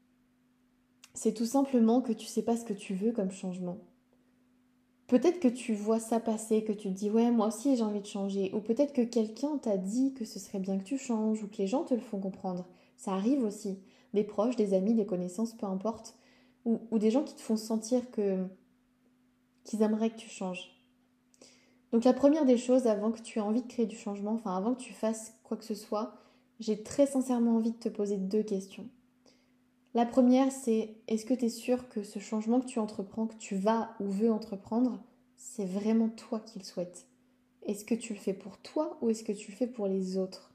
c'est tout simplement que tu sais pas ce que tu veux comme changement. Peut-être que tu vois ça passer, que tu te dis ouais moi aussi j'ai envie de changer, ou peut-être que quelqu'un t'a dit que ce serait bien que tu changes, ou que les gens te le font comprendre. Ça arrive aussi. Des proches, des amis, des connaissances, peu importe. Ou, ou des gens qui te font sentir que qu'ils aimeraient que tu changes. Donc la première des choses, avant que tu aies envie de créer du changement, enfin avant que tu fasses quoi que ce soit, j'ai très sincèrement envie de te poser deux questions. La première, c'est est-ce que tu es sûr que ce changement que tu entreprends, que tu vas ou veux entreprendre, c'est vraiment toi qui le souhaites? Est-ce que tu le fais pour toi ou est-ce que tu le fais pour les autres?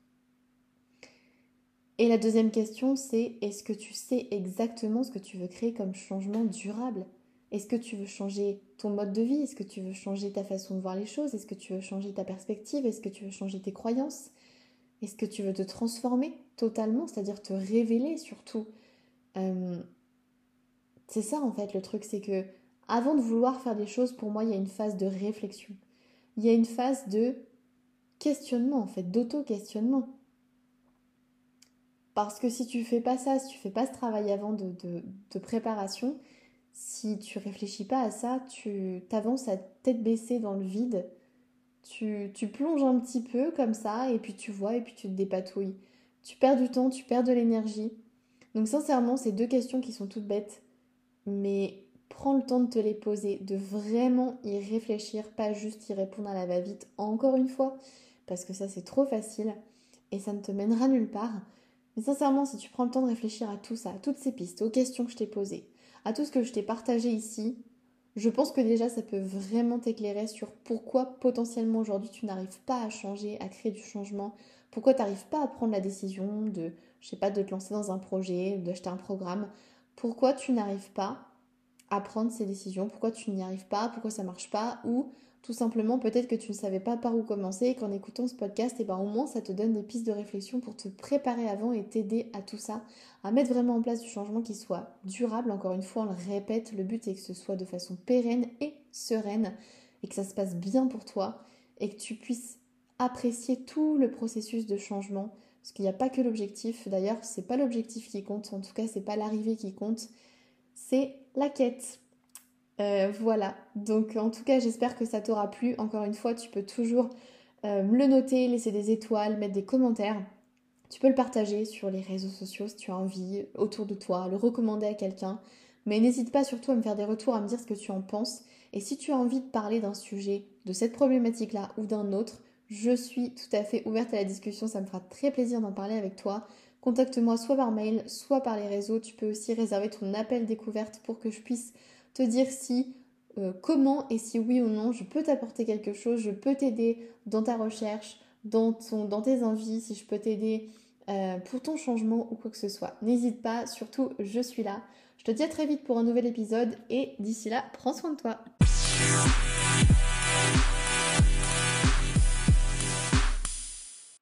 Et la deuxième question, c'est est-ce que tu sais exactement ce que tu veux créer comme changement durable? Est-ce que tu veux changer ton mode de vie? Est-ce que tu veux changer ta façon de voir les choses? Est-ce que tu veux changer ta perspective? Est-ce que tu veux changer tes croyances? Est-ce que tu veux te transformer totalement, c'est-à-dire te révéler surtout? Euh, C'est ça en fait le truc, c'est que avant de vouloir faire des choses, pour moi, il y a une phase de réflexion. Il y a une phase de questionnement en fait, d'auto-questionnement. Parce que si tu fais pas ça, si tu fais pas ce travail avant de, de, de préparation, si tu réfléchis pas à ça, tu t'avances à tête baissée dans le vide, tu, tu plonges un petit peu comme ça et puis tu vois et puis tu te dépatouilles. Tu perds du temps, tu perds de l'énergie. Donc sincèrement, c'est deux questions qui sont toutes bêtes, mais prends le temps de te les poser, de vraiment y réfléchir, pas juste y répondre à la va-vite encore une fois, parce que ça c'est trop facile et ça ne te mènera nulle part. Mais sincèrement, si tu prends le temps de réfléchir à tout ça, à toutes ces pistes, aux questions que je t'ai posées, à tout ce que je t'ai partagé ici, je pense que déjà ça peut vraiment t'éclairer sur pourquoi potentiellement aujourd'hui tu n'arrives pas à changer, à créer du changement, pourquoi tu n'arrives pas à prendre la décision de, je sais pas, de te lancer dans un projet, d'acheter un programme, pourquoi tu n'arrives pas à prendre ces décisions, pourquoi tu n'y arrives pas, pourquoi ça marche pas, ou tout simplement peut-être que tu ne savais pas par où commencer et qu'en écoutant ce podcast, et ben au moins ça te donne des pistes de réflexion pour te préparer avant et t'aider à tout ça, à mettre vraiment en place du changement qui soit durable. Encore une fois, on le répète, le but est que ce soit de façon pérenne et sereine et que ça se passe bien pour toi et que tu puisses apprécier tout le processus de changement. Parce qu'il n'y a pas que l'objectif. D'ailleurs, c'est pas l'objectif qui compte. En tout cas, c'est pas l'arrivée qui compte. C'est la quête. Euh, voilà. Donc, en tout cas, j'espère que ça t'aura plu. Encore une fois, tu peux toujours euh, me le noter, laisser des étoiles, mettre des commentaires. Tu peux le partager sur les réseaux sociaux si tu as envie, autour de toi, le recommander à quelqu'un. Mais n'hésite pas surtout à me faire des retours, à me dire ce que tu en penses. Et si tu as envie de parler d'un sujet, de cette problématique-là ou d'un autre, je suis tout à fait ouverte à la discussion. Ça me fera très plaisir d'en parler avec toi. Contacte-moi soit par mail, soit par les réseaux. Tu peux aussi réserver ton appel découverte pour que je puisse te dire si, euh, comment et si oui ou non je peux t'apporter quelque chose, je peux t'aider dans ta recherche, dans, ton, dans tes envies, si je peux t'aider euh, pour ton changement ou quoi que ce soit. N'hésite pas, surtout je suis là. Je te dis à très vite pour un nouvel épisode et d'ici là, prends soin de toi.